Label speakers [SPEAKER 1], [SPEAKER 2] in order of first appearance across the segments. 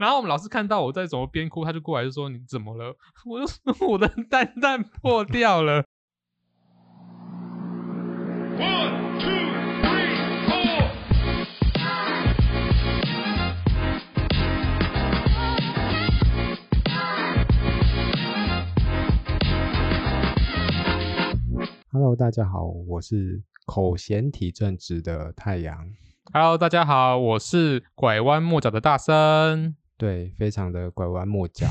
[SPEAKER 1] 然后我们老师看到我在怎么边哭，他就过来就说你怎么了？我就说我的蛋蛋破掉了。
[SPEAKER 2] One, two, three, four.
[SPEAKER 3] Hello， 大家好，我是口嫌体正直的太阳。
[SPEAKER 1] Hello， 大家好，我是拐弯抹角的大森。
[SPEAKER 3] 对，非常的拐弯抹角。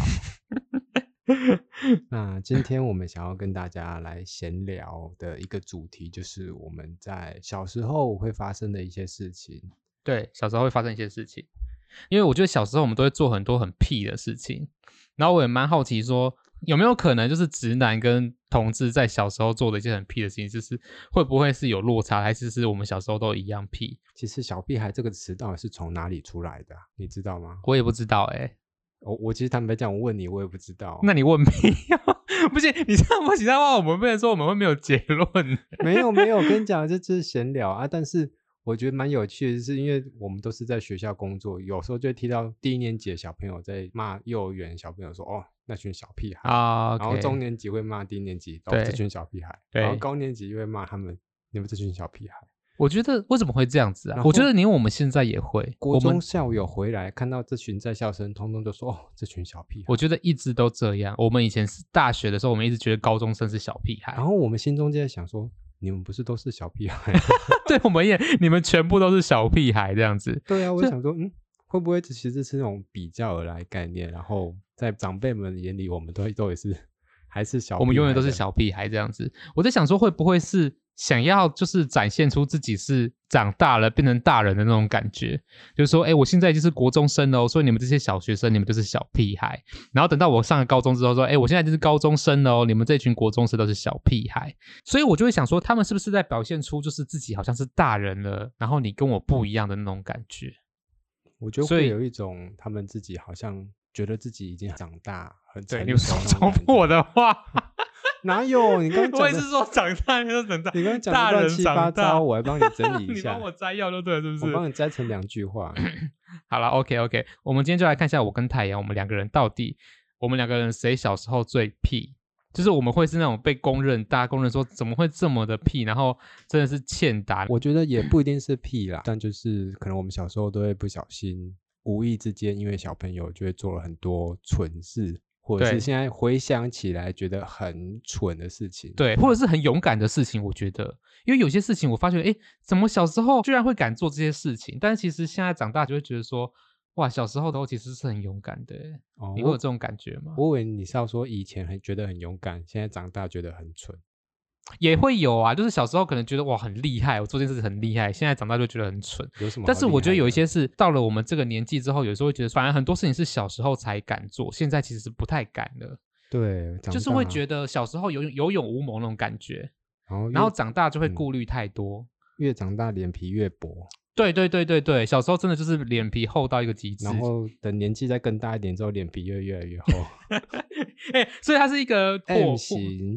[SPEAKER 3] 那今天我们想要跟大家来闲聊的一个主题，就是我们在小时候会发生的一些事情。
[SPEAKER 1] 对，小时候会发生一些事情，因为我觉得小时候我们都会做很多很屁的事情，然后我也蛮好奇说，有没有可能就是直男跟同志在小时候做的一些很屁的事情，就是会不会是有落差，还是我们小时候都一样屁？
[SPEAKER 3] 其实小屁孩这个词到底是从哪里出来的你知道吗？
[SPEAKER 1] 我也不知道
[SPEAKER 3] 我其实坦白讲，我问你我也不知道。
[SPEAKER 1] 那你问屁不行，你这样不行的话，我们不能说我们会没有结论。
[SPEAKER 3] 没有，我跟你讲，这是闲聊啊。但是我觉得蛮有趣的是，因为我们都是在学校工作，有时候就会听到低年级的小朋友在骂幼儿园小朋友说：“哦，那群小屁孩。”
[SPEAKER 1] 啊，
[SPEAKER 3] 然后中年级会骂低年级：“哦，这群小屁孩。”然后高年级又会骂他们：“你们这群小屁孩。”
[SPEAKER 1] 我觉得为什么会这样子啊？我觉得连我们现在也会。
[SPEAKER 3] 国中校友回来看到这群在校生，通通都说：“哦，这群小屁孩。”
[SPEAKER 1] 我觉得一直都这样。我们以前是大学的时候，我们一直觉得高中生是小屁孩，
[SPEAKER 3] 然后我们心中就在想说：“你们不是都是小屁孩？”
[SPEAKER 1] 对，我们也，你们全部都是小屁孩这样子。
[SPEAKER 3] 对啊，我想说，会不会其实是那种比较而来概念？然后在长辈们眼里，我们都也是还是小屁孩，
[SPEAKER 1] 我们永远都是小屁孩这样子。我在想说，会不会是想要就是展现出自己是长大了变成大人的那种感觉，就是说我现在就是国中生了所以你们这些小学生你们就是小屁孩，然后等到我上了高中之后说我现在就是高中生了你们这群国中生都是小屁孩。所以我就会想说，他们是不是在表现出就是自己好像是大人了，然后你跟我不一样的那种感觉。
[SPEAKER 3] 我觉得会有一种他们自己好像觉得自己已经长大很成熟。
[SPEAKER 1] 对，你说重复我的话
[SPEAKER 3] 哪有？你刚刚讲的，
[SPEAKER 1] 我也是说长大，你说长大，
[SPEAKER 3] 你刚刚讲的乱七八糟，我还帮你整理一下。
[SPEAKER 1] 你帮我摘要就对了，是不是？
[SPEAKER 3] 我帮你摘成2句话。
[SPEAKER 1] 好了 ，OK， 我们今天就来看一下我跟太阳，我们两个人到底，我们两个人谁小时候最屁？就是我们会是那种被大家公认说怎么会这么的屁，然后真的是欠打。
[SPEAKER 3] 我觉得也不一定是屁啦，但就是可能我们小时候都会不小心、无意之间，因为小朋友就会做了很多蠢事。或者是现在回想起来觉得很蠢的事情，
[SPEAKER 1] 对，或者是很勇敢的事情。我觉得因为有些事情我发觉怎么小时候居然会敢做这些事情，但是其实现在长大就会觉得说哇，小时候的其实是很勇敢的你会有这种感觉吗？
[SPEAKER 3] 我以为你是要说以前觉得很勇敢，现在长大觉得很蠢。
[SPEAKER 1] 也会有啊，就是小时候可能觉得哇很厉害，我做这件事很厉害，现在长大就觉得很蠢。
[SPEAKER 3] 有什么？
[SPEAKER 1] 但是我觉得有一些是到了我们这个年纪之后，有时候会觉得反而很多事情是小时候才敢做，现在其实是不太敢了。
[SPEAKER 3] 对，
[SPEAKER 1] 就是会觉得小时候有勇无谋那种感觉，然后长大就会顾虑太多，
[SPEAKER 3] 越长大脸皮越薄。
[SPEAKER 1] 对，小时候真的就是脸皮厚到一个极致，
[SPEAKER 3] 然后等年纪再更大一点之后，脸皮越来越厚。
[SPEAKER 1] 所以它是一个
[SPEAKER 3] M 型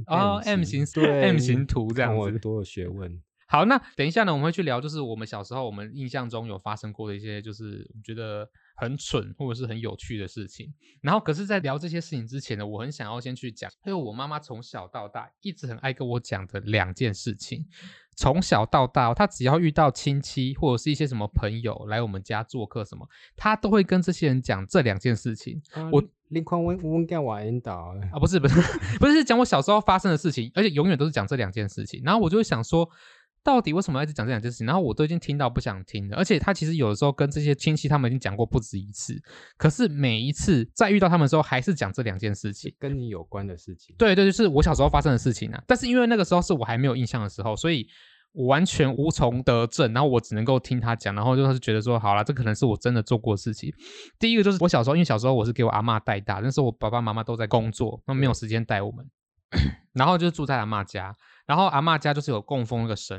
[SPEAKER 1] M 型图这样子，
[SPEAKER 3] 多有学问。
[SPEAKER 1] 好，那等一下呢，我们会去聊，就是我们小时候我们印象中有发生过的一些，就是我觉得很蠢或者是很有趣的事情。然后，可是，在聊这些事情之前呢，我很想要先去讲，因为我妈妈从小到大一直很爱跟我讲的2件事情。从小到大她只要遇到亲戚或者是一些什么朋友来我们家做客什么，她都会跟这些人讲这2件事情。
[SPEAKER 3] 你看我跟我引导
[SPEAKER 1] 不是讲我小时候发生的事情，而且永远都是讲这2件事情。然后我就会想说，到底为什么要一直讲这2件事情？然后我都已经听到不想听了，而且他其实有的时候跟这些亲戚他们已经讲过不止一次，可是每一次在遇到他们的时候还是讲这2件事情，
[SPEAKER 3] 跟你有关的事情。
[SPEAKER 1] 对，就是我小时候发生的事情啊。但是因为那个时候是我还没有印象的时候，所以我完全无从得证，然后我只能够听他讲，然后就是觉得说好啦，这可能是我真的做过的事情。第一个就是我小时候，因为小时候我是给我阿嬷带大，那时候我爸爸妈妈都在工作，那没有时间带我们然后就住在阿嬷家，然后阿嬷家就是有供奉那个神明，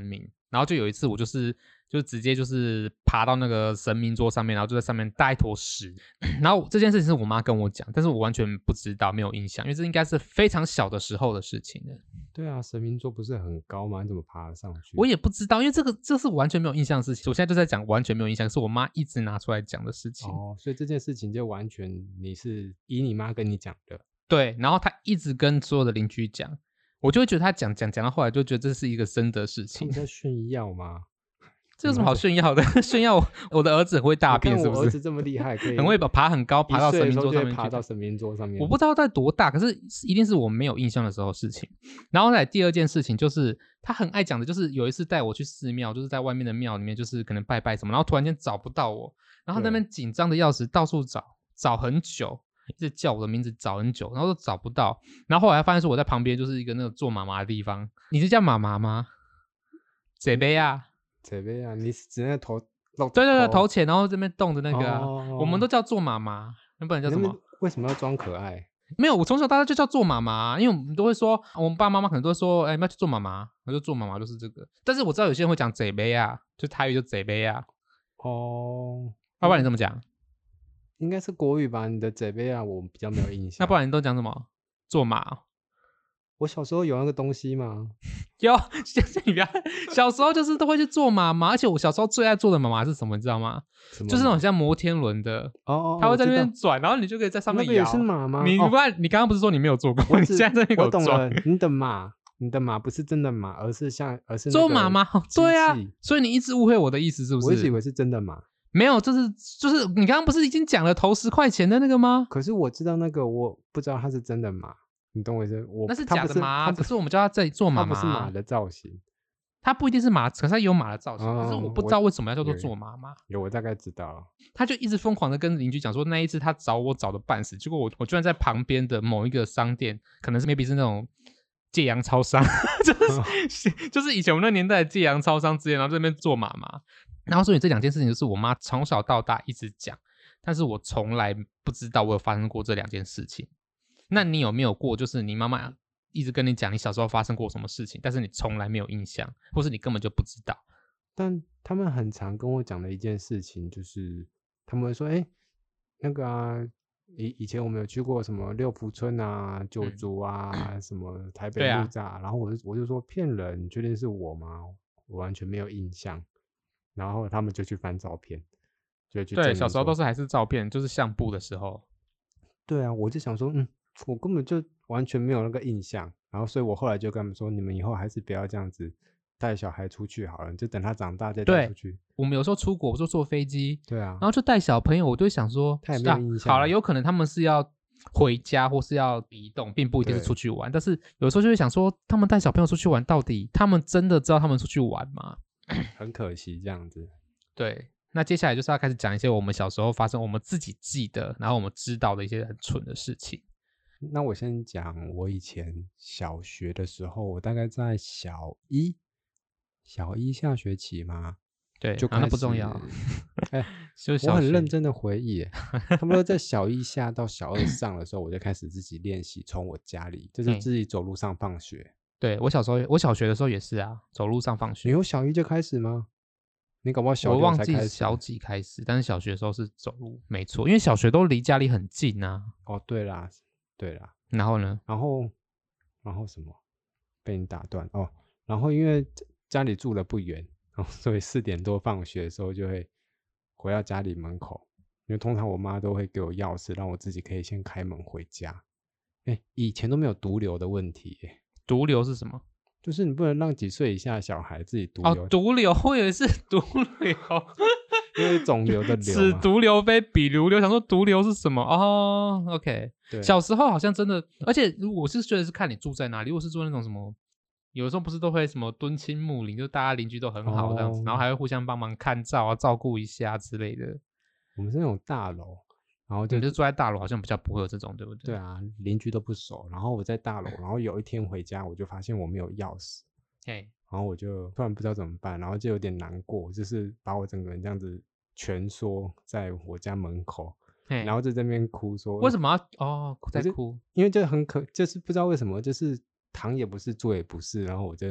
[SPEAKER 1] 然后就有一次我就直接就是爬到那个神明桌上面，然后就在上面搭一坨屎。然后这件事情是我妈跟我讲，但是我完全不知道，没有印象，因为这应该是非常小的时候的事情了。
[SPEAKER 3] 对啊，神明座不是很高吗？你怎么爬得上去？
[SPEAKER 1] 我也不知道，因为这是我完全没有印象的事情。我现在就在讲完全没有印象，是我妈一直拿出来讲的事情。
[SPEAKER 3] 哦，所以这件事情就完全你是以你妈跟你讲的。
[SPEAKER 1] 对，然后她一直跟所有的邻居讲，我就会觉得她讲到后来就觉得这是一个真的事情。
[SPEAKER 3] 他们在炫耀吗？
[SPEAKER 1] 这有什么好炫耀的？炫耀我的儿子很会大便，是不是？
[SPEAKER 3] 我儿子这么厉害，可以
[SPEAKER 1] 很会爬很高，爬到神明桌上面去。
[SPEAKER 3] 爬到神明桌上面。
[SPEAKER 1] 我不知道在多大，可是一定是我没有印象的时候的事情。然后来第二件事情就是他很爱讲的，就是有一次带我去寺庙，就是在外面的庙里面，就是可能拜拜什么，然后突然间找不到我，然后那边紧张的要死，到处找很久，一直叫我的名字找很久，然后都找不到。然后后来发现说我在旁边就是一个那个做妈妈的地方。你是叫妈妈吗？这边啊。
[SPEAKER 3] 这边啊，你是指那个头？
[SPEAKER 1] 对，头前，然后这边动的那个啊，
[SPEAKER 3] 哦
[SPEAKER 1] 我们都叫做妈妈，那不然叫什么？
[SPEAKER 3] 为什么要装可爱？
[SPEAKER 1] 没有，我从小到大就叫做妈妈，因为我们都会说，我们爸爸妈妈可能都会说，哎，要去做妈妈，我就做妈妈就是这个。但是我知道有些人会讲这杯啊，就台语就这杯啊。
[SPEAKER 3] 哦，
[SPEAKER 1] 要不然你怎么讲？
[SPEAKER 3] 应该是国语吧？你的这边啊，我比较没有印象。
[SPEAKER 1] 那不然你都讲什么？做马？
[SPEAKER 3] 我小时候有那个东西吗？
[SPEAKER 1] 有，你不要，小时候就是都会去做妈妈，而且我小时候最爱做的妈妈是什么，你知道吗？就是那种像摩天轮的，它会在那边转，然后你就可以在上面摇。
[SPEAKER 3] 那个也是马吗？
[SPEAKER 1] 你刚刚不是说你没有做过？你现在在那
[SPEAKER 3] 我懂了，你的马不是真的马，而是
[SPEAKER 1] 做马吗？对啊，所以你一直误会我的意思是不是？
[SPEAKER 3] 我一直以为是真的马。
[SPEAKER 1] 没有，就是你刚刚不是已经讲了投10块钱的那个吗？
[SPEAKER 3] 可是我知道那个，我不知道它是真的马。你懂我意思？
[SPEAKER 1] 那是假的马，只是我们叫它在做马马。
[SPEAKER 3] 它不是马的造型，
[SPEAKER 1] 它不一定是马，可是它有马的造型。可是我不知道为什么要叫做做马嘛。
[SPEAKER 3] 有，我大概知道了。
[SPEAKER 1] 他就一直疯狂的跟邻居讲说，那一次他找我找的半死，结果我居然在旁边的某一个商店，可能是 maybe 是那种借阳超商，就是以前我们那年代的借阳超商之类，然后在那边做马嘛。然后所以这两件事情就是我妈从小到大一直讲，但是我从来不知道我有发生过这两件事情。那你有没有过，就是你妈妈一直跟你讲你小时候发生过什么事情，但是你从来没有印象，或是你根本就不知道？
[SPEAKER 3] 但他们很常跟我讲的一件事情，就是他们会说，那个啊，以前我们有去过什么六福村啊、九族啊、什么台北木栅，然后我就说骗人，你确定是我吗？我完全没有印象。然后他们就去翻照片，就去
[SPEAKER 1] 对，小时候都是还是照片，就是相簿的时候。
[SPEAKER 3] 对啊，我就想说，我根本就完全没有那个印象。然后所以我后来就跟他们说，你们以后还是不要这样子带小孩出去好了，就等他长大再带出去。
[SPEAKER 1] 我们有时候出国，我就坐飞机，
[SPEAKER 3] 对啊，
[SPEAKER 1] 然后就带小朋友，我就会想说，
[SPEAKER 3] 他也没有印象。
[SPEAKER 1] 好了，有可能他们是要回家或是要移动，并不一定是出去玩。但是有时候就会想说，他们带小朋友出去玩，到底他们真的知道他们出去玩吗？
[SPEAKER 3] 很可惜这样子。
[SPEAKER 1] 对，那接下来就是要开始讲一些我们小时候发生我们自己记得，然后我们知道的一些很蠢的事情。
[SPEAKER 3] 那我先讲我以前小学的时候，我大概在小一下学期嘛，
[SPEAKER 1] 对，
[SPEAKER 3] 就
[SPEAKER 1] 那不重要。
[SPEAKER 3] 我很认真的回忆，他们说在小一下到小二上的时候，我就开始自己练习，从我家里就是自己走路上放学。
[SPEAKER 1] 对，我小学的时候也是啊，走路上放学。
[SPEAKER 3] 你有小一就开始吗？你搞不好小
[SPEAKER 1] 6才开始。我忘记小几开始，但是小学的时候是走路，没错，因为小学都离家里很近啊。
[SPEAKER 3] 哦，对啦。
[SPEAKER 1] 然后呢？
[SPEAKER 3] 然后什么？被你打断哦。然后因为家里住的不远，所以4点多放学的时候就会回到家里门口，因为通常我妈都会给我钥匙，让我自己可以先开门回家。以前都没有毒瘤的问题。
[SPEAKER 1] 毒瘤是什么？
[SPEAKER 3] 就是你不能让几岁以下的小孩自己毒瘤。
[SPEAKER 1] 哦，毒瘤，我以为是毒瘤，
[SPEAKER 3] 因为肿瘤的瘤。
[SPEAKER 1] 此毒瘤非彼毒瘤，想说毒瘤是什么？哦 ，OK。
[SPEAKER 3] 对，
[SPEAKER 1] 小时候好像真的，而且我是觉得是看你住在哪里。如果是住那种什么，有的时候不是都会什么敦亲睦邻，就大家邻居都很好这样子，然后还会互相帮忙看照啊、照顾一下之类的。
[SPEAKER 3] 我们是那种大楼。然后
[SPEAKER 1] 就住在大楼，好像比较不会有这种，对不对？
[SPEAKER 3] 对啊，邻居都不熟。然后我在大楼，然后有一天回家，我就发现我没有钥匙，然后我就突然不知道怎么办，然后就有点难过，就是把我整个人这样子蜷缩在我家门口，然后就在那边哭说，
[SPEAKER 1] 为什么要在哭？
[SPEAKER 3] 因为就是不知道为什么，就是躺也不是，坐也不是，然后我就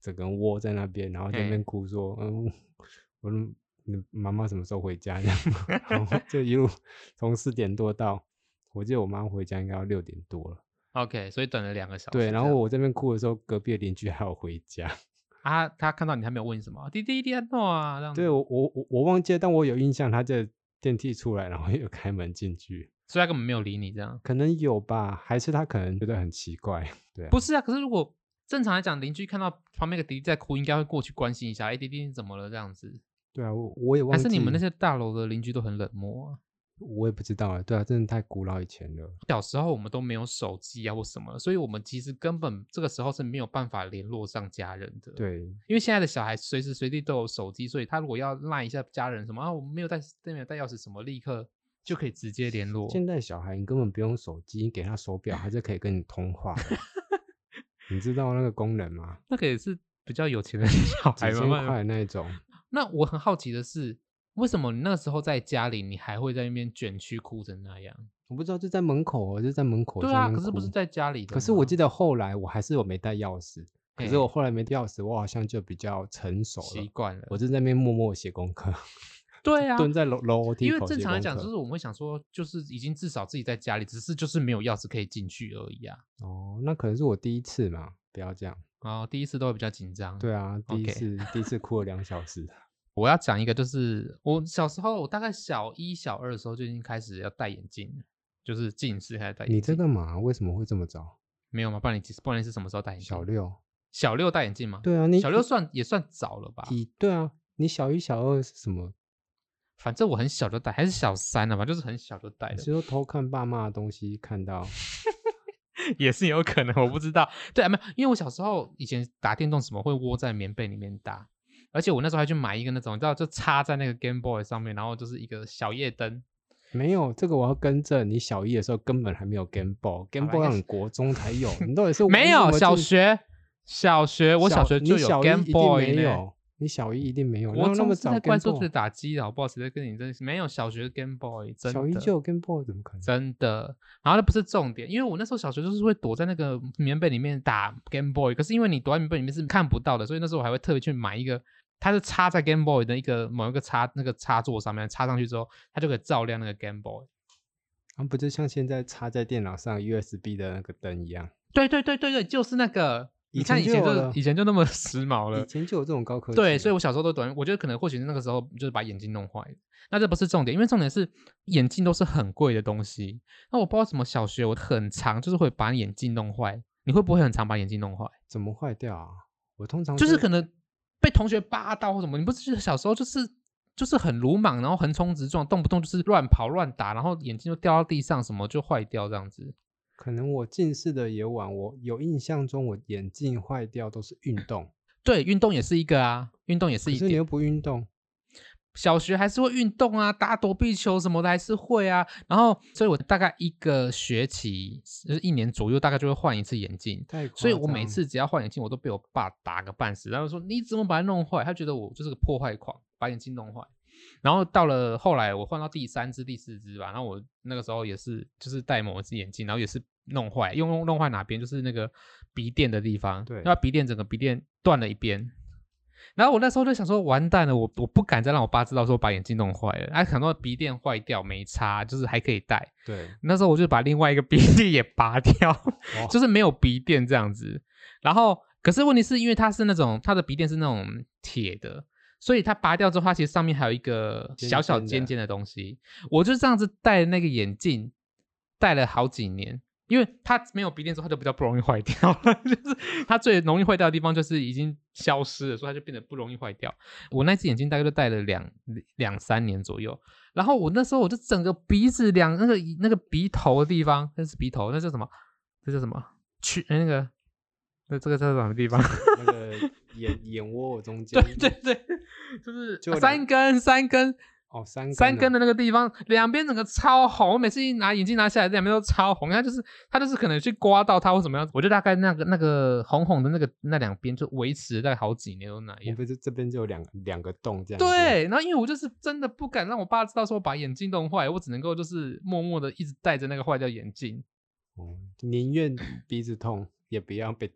[SPEAKER 3] 整个人窝在那边，然后在那边哭说，你妈妈什么时候回家这样，然后就一路从4点多到，我记得我妈回家应该要6点多了。
[SPEAKER 1] OK， 所以等了2个小时。
[SPEAKER 3] 对，然后我这边哭的时候，隔壁的邻居还有回家。
[SPEAKER 1] 他看到你还没有问什么，弟弟安诺啊这样子。
[SPEAKER 3] 对，我忘记了，但我有印象，他在电梯出来，然后又开门进去，
[SPEAKER 1] 所以他根本没有理你这样。
[SPEAKER 3] 可能有吧，还是他可能觉得很奇怪。对啊，
[SPEAKER 1] 不是啊，可是如果正常来讲，邻居看到旁边有个弟弟在哭，应该会过去关心一下，哎，弟弟你怎么了这样子。
[SPEAKER 3] 对啊，我也忘记。
[SPEAKER 1] 还是你们那些大楼的邻居都很冷漠啊？
[SPEAKER 3] 我也不知道啊，对啊，真的太古老以前了。
[SPEAKER 1] 小时候我们都没有手机啊或什么，所以我们其实根本这个时候是没有办法联络上家人的。
[SPEAKER 3] 对，
[SPEAKER 1] 因为现在的小孩随时随地都有手机，所以他如果要赖一下家人什么啊，我们没有带钥匙什么，立刻就可以直接联络。
[SPEAKER 3] 现在小孩你根本不用手机，你给他手表，他就可以跟你通话了。你知道那个功能吗？
[SPEAKER 1] 那个也是比较有钱的小孩
[SPEAKER 3] 几千块那一种。
[SPEAKER 1] 那我很好奇的是，为什么你那个时候在家里，你还会在那边卷曲哭成那样？
[SPEAKER 3] 我不知道，就在门口，就在门口。
[SPEAKER 1] 对啊，可是不是在家里的。
[SPEAKER 3] 可是我记得后来我还是有没带钥匙，可是我后来没带钥匙，我好像就比较成熟了，
[SPEAKER 1] 习惯了。
[SPEAKER 3] 我就在那边默默写功课。
[SPEAKER 1] 对啊，
[SPEAKER 3] 蹲在楼梯口。
[SPEAKER 1] 因为正常来讲，就是我们会想说，就是已经至少自己在家里，只是就是没有钥匙可以进去而已啊。
[SPEAKER 3] 哦，那可能是我第一次嘛，不要这样。
[SPEAKER 1] 哦，第一次都会比较紧张。
[SPEAKER 3] 对啊，第一次哭了2小时。
[SPEAKER 1] 我要讲一个，就是我小时候，我大概小1、小2的时候就已经开始要戴眼镜了，就是近视开始戴眼镜。
[SPEAKER 3] 你在干嘛？为什么会这么早？
[SPEAKER 1] 没有吗？不然你是什么时候戴眼镜？小6戴眼镜吗？
[SPEAKER 3] 对啊，
[SPEAKER 1] 小6也算早了吧？
[SPEAKER 3] 对啊，你小1、小2是什么？
[SPEAKER 1] 反正我很小就戴，还是小3了吧，就是很小就戴的。
[SPEAKER 3] 你是说偷看爸妈的东西看到？
[SPEAKER 1] 也是有可能，我不知道。对啊，没有，因为我小时候以前打电动什么会窝在棉被里面打，而且我那时候还去买一个那种，你知道，就插在那个 Game Boy 上面，然后就是一个小夜灯。
[SPEAKER 3] 没有，这个我要更正，你小1的时候根本还没有 Game Boy，Game Boy 让你国中才有，你到底是
[SPEAKER 1] 没有小学，我小学就有 Game Boy
[SPEAKER 3] 呢。你小1一定没有，
[SPEAKER 1] 我
[SPEAKER 3] 那么早
[SPEAKER 1] 在怪兽对打机的，好不好？谁在跟你真没有小学 Game Boy， 真的
[SPEAKER 3] 小1就有 Game Boy， 怎么可能？
[SPEAKER 1] 真的，然后那不是重点，因为我那时候小学就是会躲在那个棉被里面打 Game Boy， 可是因为你躲在棉被里面是看不到的，所以那时候我还会特别去买一个，它是插在 Game Boy 的某一个插座上面，插上去之后，它就可以照亮那个 Game Boy。
[SPEAKER 3] 不就像现在插在电脑上 USB 的那个灯一样？
[SPEAKER 1] 对，就是那个。你看以前就那么时髦了，
[SPEAKER 3] 以前就有这种高科技。
[SPEAKER 1] 对，所以我小时候都懂，我觉得可能或许是那个时候就是把眼睛弄坏了。那这不是重点，因为重点是眼镜都是很贵的东西。那我不知道怎么小学我很常就是会把眼镜弄坏，你会不会很常把眼镜弄坏？
[SPEAKER 3] 怎么坏掉啊？我通常
[SPEAKER 1] 就是可能被同学扒到或什么，你不是小时候就是很鲁莽，然后横冲直撞，动不动就是乱跑乱打，然后眼镜就掉到地上，什么就坏掉这样子。
[SPEAKER 3] 可能我近视的也晚，我有印象中我眼镜坏掉都是运动。
[SPEAKER 1] 对，运动也是一个啊，运动也是一点。
[SPEAKER 3] 可是你又不运动。
[SPEAKER 1] 小学还是会运动啊，打躲避球什么的还是会啊。然后，所以我大概一个学期就是1年左右，大概就会换一次眼镜。所以我每次只要换眼镜，我都被我爸打个半死。然后说你怎么把它弄坏？他觉得我就是个破坏狂，把眼镜弄坏。然后到了后来，我换到第3支、第4支吧。然后我那个时候也是，就是戴某一只眼镜，然后也是弄坏，弄坏哪边？就是那个鼻垫的地方。
[SPEAKER 3] 对，
[SPEAKER 1] 那整个鼻垫断了一边。然后我那时候就想说，完蛋了，我不敢再让我爸知道说把眼镜弄坏了。想说鼻垫坏掉没差，就是还可以戴。
[SPEAKER 3] 对，
[SPEAKER 1] 那时候我就把另外一个鼻垫也拔掉，就是没有鼻垫这样子。然后，可是问题是因为它的鼻垫是那种铁的。所以它拔掉之后，它其实上面还有一个小小尖尖的东西。我就这样子戴那个眼镜，戴了好几年，因为它没有鼻垫之后，它就比较不容易坏掉了。就是它最容易坏掉的地方，就是已经消失了，所以它就变得不容易坏掉。我那只眼镜大概就戴了两三年左右。然后我那时候我就整个鼻子那个鼻头的地方，那是鼻头，那叫什么？这叫什么？这个在什么地方？
[SPEAKER 3] 那个眼窝中间。
[SPEAKER 1] 对，就是三根
[SPEAKER 3] 哦
[SPEAKER 1] ，3根的那个地方，两边整个超红。我每次一拿眼镜拿下来，两边都超红。它就是可能去刮到它或怎么样，我就大概那个红红的那两边就维持了大概好几年都那样。
[SPEAKER 3] 不是这边就有两个洞这样。
[SPEAKER 1] 对，然后因为我就是真的不敢让我爸知道说我把眼镜弄坏，我只能够就是默默的一直戴着那个坏掉眼镜。
[SPEAKER 3] 宁愿鼻子痛也不要被打。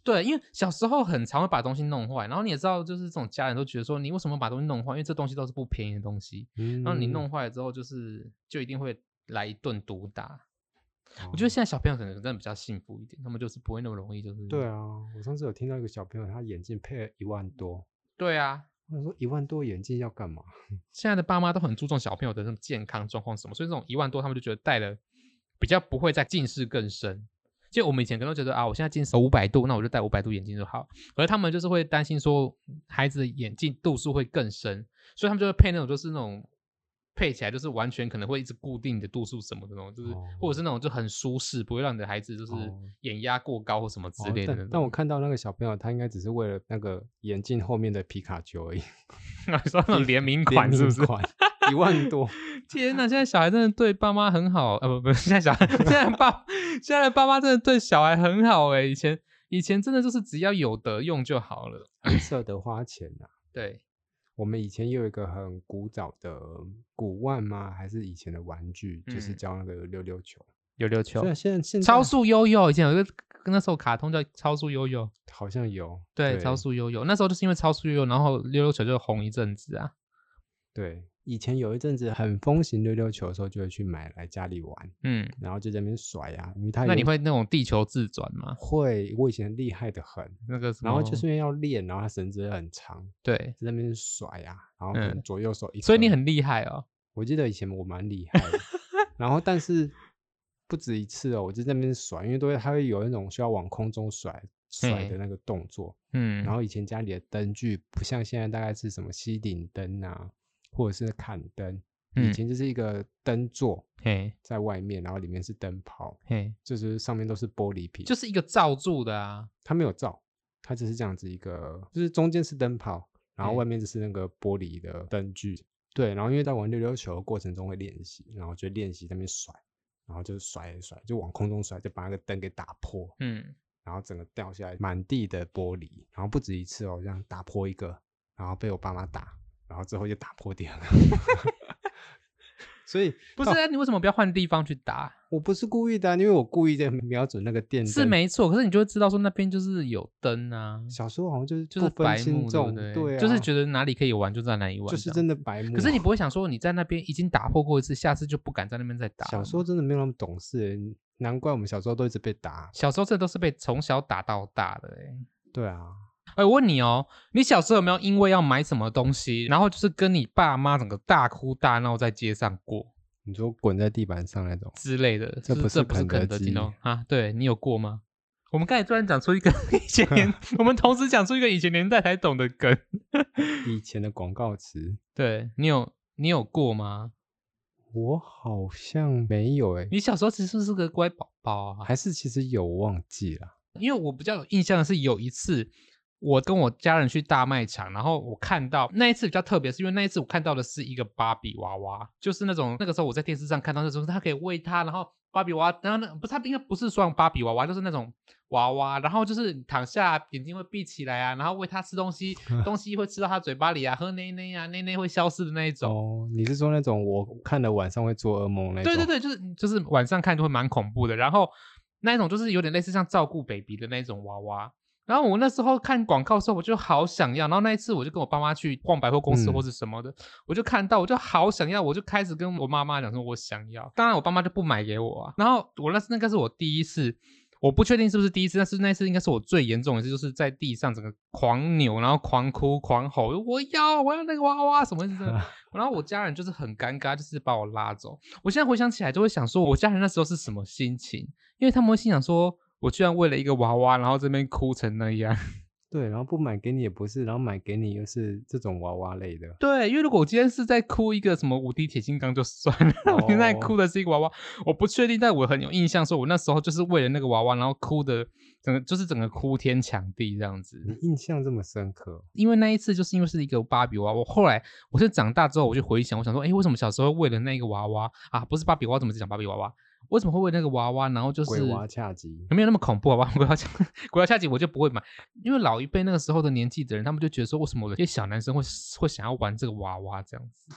[SPEAKER 1] 对，因为小时候很常会把东西弄坏，然后你也知道，就是这种家人都觉得说，你为什么把东西弄坏？因为这东西都是不便宜的东西，然后你弄坏了之后，就一定会来一顿毒打。我觉得现在小朋友可能真的比较幸福一点，他们就是不会那么容易就是。
[SPEAKER 3] 对啊，我上次有听到一个小朋友，他眼镜配了1万多。
[SPEAKER 1] 对啊，
[SPEAKER 3] 我说1万多眼镜要干嘛？
[SPEAKER 1] 现在的爸妈都很注重小朋友的那种健康状况什么，所以这种1万多，他们就觉得戴了比较不会再近视更深。就我们以前可能觉得啊，我现在近视500度，那我就戴500度眼镜就好。可是他们就是会担心说，孩子的眼镜度数会更深，所以他们就会配那种就是那种配起来就是完全可能会一直固定的度数什么的那种，就是、或者是那种就很舒适，不会让你的孩子就是眼压过高或什么之类的那种。
[SPEAKER 3] 但我看到那个小朋友，他应该只是为了那个眼镜后面的皮卡丘而已。
[SPEAKER 1] 你说那种联名款是不是
[SPEAKER 3] ？1万多。
[SPEAKER 1] 天哪！现在小孩真的对爸妈很好，不，现在的爸妈真的对小孩很好哎。以前真的就是只要有得用就好了，
[SPEAKER 3] 不舍得花钱啊。
[SPEAKER 1] 对，
[SPEAKER 3] 我们以前有一个很古早的古玩吗？还是以前的玩具，就是叫那个溜溜球。
[SPEAKER 1] 溜溜球。
[SPEAKER 3] 现在
[SPEAKER 1] 超速悠悠，以前有一个那时候卡通叫超速悠悠，
[SPEAKER 3] 好像有。
[SPEAKER 1] 对，超速悠悠，那时候就是因为超速悠悠，然后溜溜球就红一阵子啊。
[SPEAKER 3] 对，以前有一阵子很风行溜溜球的时候，就会去买来家里玩，然后就在那边甩啊，因为它
[SPEAKER 1] 那你会那种地球自转吗？
[SPEAKER 3] 会，我以前厉害的很，
[SPEAKER 1] 那个什么，
[SPEAKER 3] 然后就是因为要练，然后它绳子很长，
[SPEAKER 1] 对，
[SPEAKER 3] 在那边甩啊，然后可能左右手一，
[SPEAKER 1] 所以你很厉害哦。
[SPEAKER 3] 我记得以前我蛮厉害的，然后但是不止一次哦，我就在那边甩，因为它会有那种需要往空中甩的那个动作，然后以前家里的灯具不像现在大概是什么吸顶灯啊，或者是砍灯，以前就是一个灯座在外面，然后里面是灯泡，就是上面都是玻璃瓶，
[SPEAKER 1] 就是一个罩住的啊。
[SPEAKER 3] 它没有罩，它只是这样子一个，就是中间是灯泡，然后外面就是那个玻璃的灯具。对，然后因为在玩溜溜球的过程中会练习，然后就练习在那边甩，然后就甩，就往空中甩，就把那个灯给打破，然后整个掉下来满地的玻璃，然后不止一次哦，这样打破一个，然后被我爸妈打，然后之后就打破第二个。所以
[SPEAKER 1] 不是啊，你为什么不要换地方去打？
[SPEAKER 3] 我不是故意的，因为我故意在瞄准那个电灯，
[SPEAKER 1] 是没错，可是你就会知道说那边就是有灯啊。
[SPEAKER 3] 小时候好像就是
[SPEAKER 1] 不分
[SPEAKER 3] 轻重，对啊，
[SPEAKER 1] 就是觉得哪里可以玩就在哪里玩，
[SPEAKER 3] 就是真的白目。
[SPEAKER 1] 可是你不会想说你在那边已经打破过一次，下次就不敢在那边再打。
[SPEAKER 3] 小时候真的没有那么懂事，难怪我们小时候都一直被打。
[SPEAKER 1] 小时候这都是被从小打到大的
[SPEAKER 3] 对啊。
[SPEAKER 1] 我问你哦，你小时候有没有因为要买什么东西，然后就是跟你爸妈整个大哭大闹在街上过？
[SPEAKER 3] 你说滚在地板上那种
[SPEAKER 1] 之类的，
[SPEAKER 3] 这不是
[SPEAKER 1] 肯德
[SPEAKER 3] 基
[SPEAKER 1] 哦啊？对，你有过吗？我们刚才突然讲出一个以前我们同时讲出一个以前年代才懂的梗，
[SPEAKER 3] 以前的广告词。
[SPEAKER 1] 对，你有过吗？
[SPEAKER 3] 我好像没有
[SPEAKER 1] 你小时候其实是个乖宝宝啊？
[SPEAKER 3] 还是其实有忘记了？
[SPEAKER 1] 因为我比较有印象的是有一次，我跟我家人去大卖场，然后我看到那一次比较特别，是因为那一次我看到的是一个芭比娃娃，就是那种那个时候我在电视上看到那种，他可以喂它，然后芭比娃娃，然后不是它应该不是双芭比娃娃，就是那种娃娃，然后就是躺下眼睛会闭起来啊，然后喂它吃东西，东西会吃到它嘴巴里啊，喝奶奶啊，奶奶会消失的那一种。
[SPEAKER 3] 哦，你是说那种我看了晚上会做噩梦那种？
[SPEAKER 1] 对对对，就是晚上看就会蛮恐怖的，然后那一种就是有点类似像照顾 baby 的那种娃娃。然后我那时候看广告的时候，我就好想要。然后那一次我就跟我爸妈去逛百货公司或是什么的，我就看到，我就好想要，我就开始跟我妈妈讲说我想要。当然我爸妈就不买给我啊。然后我那个是我第一次，我不确定是不是第一次，但是那次应该是我最严重的一次，就是在地上整个狂扭，然后狂哭狂吼，我要那个娃娃什么的。然后我家人就是很尴尬，就是把我拉走。我现在回想起来就会想说，我家人那时候是什么心情？因为他们会心想说，我居然为了一个娃娃，然后这边哭成那样。
[SPEAKER 3] 对，然后不买给你也不是，然后买给你又是这种娃娃类的。
[SPEAKER 1] 对，因为如果我今天是在哭一个什么无敌铁金刚就算了，我现在哭的是一个娃娃，我不确定，但我很有印象，说我那时候就是为了那个娃娃，然后哭的整个哭天抢地这样子。
[SPEAKER 3] 你印象这么深刻？
[SPEAKER 1] 因为那一次就是因为是一个芭比娃娃，后来我是长大之后我就回想，我想说，为什么小时候为了那个娃娃啊，不是芭比娃娃，怎么只讲芭比娃娃？为什么会为那个娃娃，然后就是
[SPEAKER 3] 鬼娃恰吉，
[SPEAKER 1] 没有那么恐怖好吧？鬼娃恰吉我就不会买，因为老一辈那个时候的年纪的人，他们就觉得说，为什么有些小男生会想要玩这个娃娃这样子？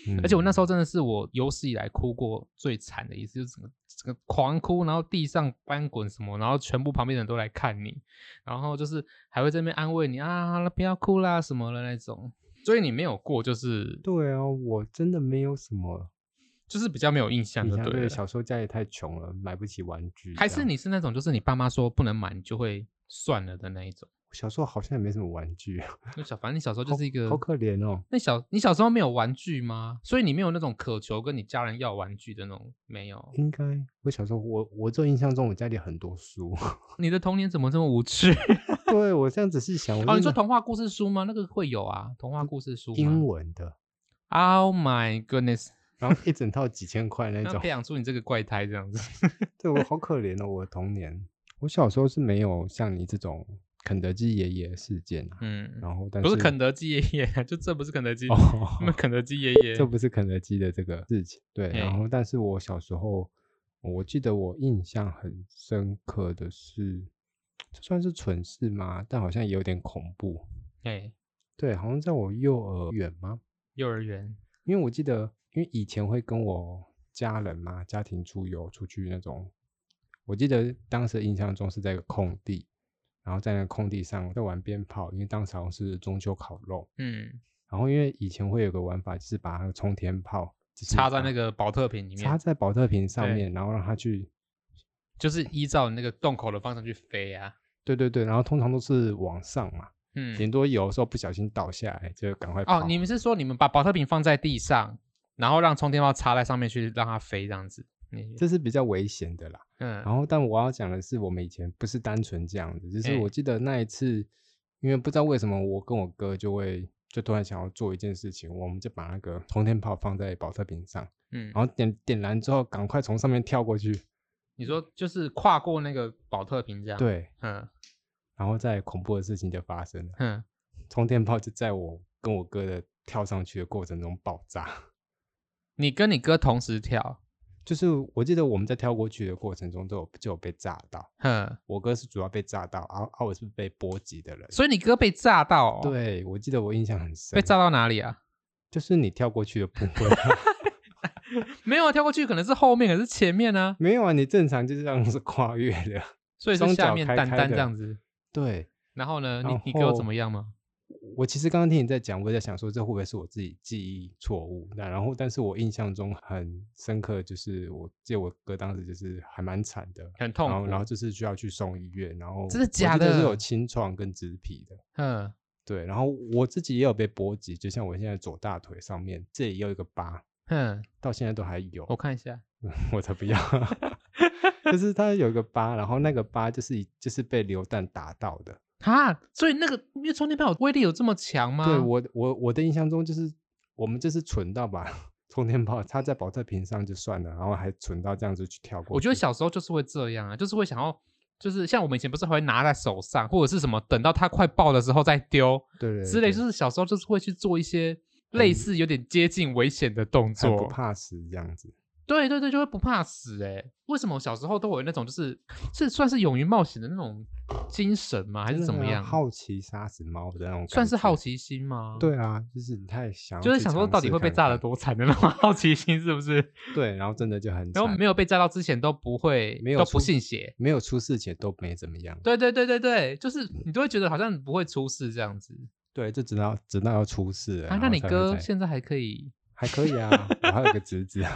[SPEAKER 1] 而且我那时候真的是我有史以来哭过最惨的一次，就是整个狂哭，然后地上翻滚什么，然后全部旁边的人都来看你，然后就是还会在那边安慰你啊，好了不要哭啦什么的那种。所以你没有过就是
[SPEAKER 3] 对啊，我真的没有什么
[SPEAKER 1] 就是比较没有印象就对了。
[SPEAKER 3] 对，小时候家里太穷了，买不起玩具。
[SPEAKER 1] 还是你是那种就是你爸妈说不能买，你就会算了的那一种？
[SPEAKER 3] 小时候好像也没什么玩具，
[SPEAKER 1] 反正你小时候就是一个
[SPEAKER 3] 好可怜哦。
[SPEAKER 1] 你小时候没有玩具吗？所以你没有那种渴求跟你家人要玩具的那种，没有？
[SPEAKER 3] 应该我小时候我就印象中我家里很多书。
[SPEAKER 1] 你的童年怎么这么无趣？
[SPEAKER 3] 对我这样仔细想，
[SPEAKER 1] 哦，你说童话故事书吗？那个会有啊，童话故事书吗？
[SPEAKER 3] 英文的。
[SPEAKER 1] Oh my goodness！
[SPEAKER 3] 然后一整套几千块那种，
[SPEAKER 1] 培养出你这个怪胎这样子。
[SPEAKER 3] 对我好可怜哦，我的童年。我小时候是没有像你这种肯德基爷爷事件啊，然后但是
[SPEAKER 1] 不是肯德基爷爷，就这不是肯德基，那肯德基爷爷，
[SPEAKER 3] 这不是肯德基的这个事情。对，然后但是我小时候，我记得我印象很深刻的是，这算是蠢事吗？但好像也有点恐怖。对，好像在我幼儿园吗？
[SPEAKER 1] 幼儿园，
[SPEAKER 3] 因为我记得，因为以前会跟我家人嘛，家庭出游出去那种，我记得当时的印象中是在一个空地，然后在那个空地上在玩鞭炮，因为当时好像是中秋烤肉，然后因为以前会有个玩法，就是把那个冲天炮
[SPEAKER 1] 插在那个保特瓶里面，
[SPEAKER 3] 插在保特瓶上面，然后让它去，
[SPEAKER 1] 就是依照那个洞口的方向去飞啊。
[SPEAKER 3] 对对对，然后通常都是往上嘛。顶多有的时候不小心倒下来，就赶快跑。
[SPEAKER 1] 哦，你们是说你们把保特瓶放在地上，然后让冲天炮插在上面去让它飞这样子？
[SPEAKER 3] 这是比较危险的啦。然后但我要讲的是，我们以前不是单纯这样子，就是我记得那一次，因为不知道为什么我跟我哥就突然想要做一件事情，我们就把那个冲天炮放在保特瓶上，然后点燃之后，赶快从上面跳过去。
[SPEAKER 1] 你说就是跨过那个保特瓶这样？
[SPEAKER 3] 对，然后再恐怖的事情就发生了。冲天炮就在我跟我哥的跳上去的过程中爆炸。
[SPEAKER 1] 你跟你哥同时跳？
[SPEAKER 3] 就是我记得我们在跳过去的过程中就有被炸到。我哥是主要被炸到，我是被波及的人。
[SPEAKER 1] 所以你哥被炸到？
[SPEAKER 3] 对，我记得我印象很深。
[SPEAKER 1] 被炸到哪里啊？
[SPEAKER 3] 就是你跳过去的部分。
[SPEAKER 1] 没有啊，跳过去可能是后面，可是前面呢？
[SPEAKER 3] 没有啊，你正常就是这样是跨越的，
[SPEAKER 1] 所以是下面单单这样子。
[SPEAKER 3] 对，
[SPEAKER 1] 然后呢？你哥怎么样吗？
[SPEAKER 3] 我其实刚刚听你在讲，我在想说这会不会是我自己记忆错误？但是我印象中很深刻，就是我记得我哥当时就是还蛮惨的，
[SPEAKER 1] 很痛苦，
[SPEAKER 3] 然后就是需要去送医院，然后
[SPEAKER 1] 真的假的？
[SPEAKER 3] 是有清创跟植皮的。对，然后我自己也有被波及，就像我现在左大腿上面这里也有一个疤，到现在都还有。
[SPEAKER 1] 我看一下，
[SPEAKER 3] 我才不要。就是它有一个疤，然后那个疤就是被流弹打到的。
[SPEAKER 1] 所以那个因为冲天炮威力有这么强吗？
[SPEAKER 3] 对，我的印象中就是我们就是蠢到把冲天炮插在保特瓶上就算了，然后还蠢到这样子去跳过去。
[SPEAKER 1] 我觉得小时候就是会这样啊，就是会想要，就是像我们以前不是会拿在手上，或者是什么等到它快爆的时候再丢，对之类，就是小时候就是会去做一些类似有点接近危险的动作，
[SPEAKER 3] 不怕死这样子。
[SPEAKER 1] 对对对，就会不怕死为什么小时候都有那种就是算是勇于冒险的那种精神吗？还是怎么样？
[SPEAKER 3] 好奇杀死猫的那种感觉，
[SPEAKER 1] 算是好奇心吗？
[SPEAKER 3] 对啊，就是你太想，
[SPEAKER 1] 就是想说到底会被炸得多惨的那种好奇心，是不是？
[SPEAKER 3] 对，然后真的就很惨，
[SPEAKER 1] 然后没有被炸到之前都不会，都不信邪，
[SPEAKER 3] 没有出事前都没怎么样。
[SPEAKER 1] 对对对对对，就是你都会觉得好像不会出事这样子。
[SPEAKER 3] 对，就直到要出事了。
[SPEAKER 1] 那你哥现在还可以？
[SPEAKER 3] 还可以啊，我还有个侄子。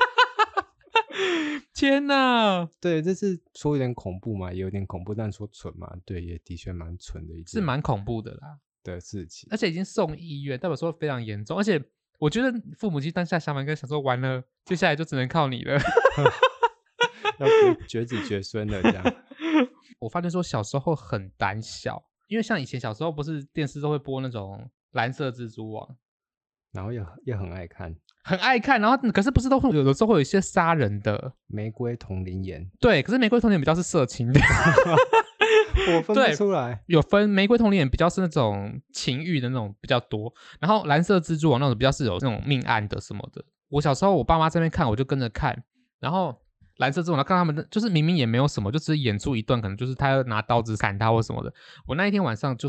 [SPEAKER 1] 天哪！
[SPEAKER 3] 对，这是说有点恐怖嘛，也有点恐怖，但说蠢嘛，对，也的确蛮蠢的一件，
[SPEAKER 1] 是蛮恐怖的啦
[SPEAKER 3] 的事情，
[SPEAKER 1] 而且已经送医院，代表说非常严重，而且我觉得父母亲当下想法应该想说，完了，接下来就只能靠你了，
[SPEAKER 3] 要绝子绝孙了这样。
[SPEAKER 1] 我发现说小时候很胆小，因为像以前小时候不是电视都会播那种蓝色蜘蛛网，
[SPEAKER 3] 然后也很爱看。
[SPEAKER 1] 很爱看，然后可是不是都会有的时候会有一些杀人的
[SPEAKER 3] 玫瑰童林演，
[SPEAKER 1] 对，可是玫瑰童林比较是色情的，
[SPEAKER 3] 我分不出来，
[SPEAKER 1] 有分玫瑰童林演比较是那种情欲的那种比较多，然后蓝色蜘蛛网那种比较是有那种命案的什么的。我小时候我爸妈在那边看，我就跟着看，然后蓝色蜘蛛网看他们就是明明也没有什么，就只是演出一段可能就是他要拿刀子砍他或什么的。我那一天晚上就是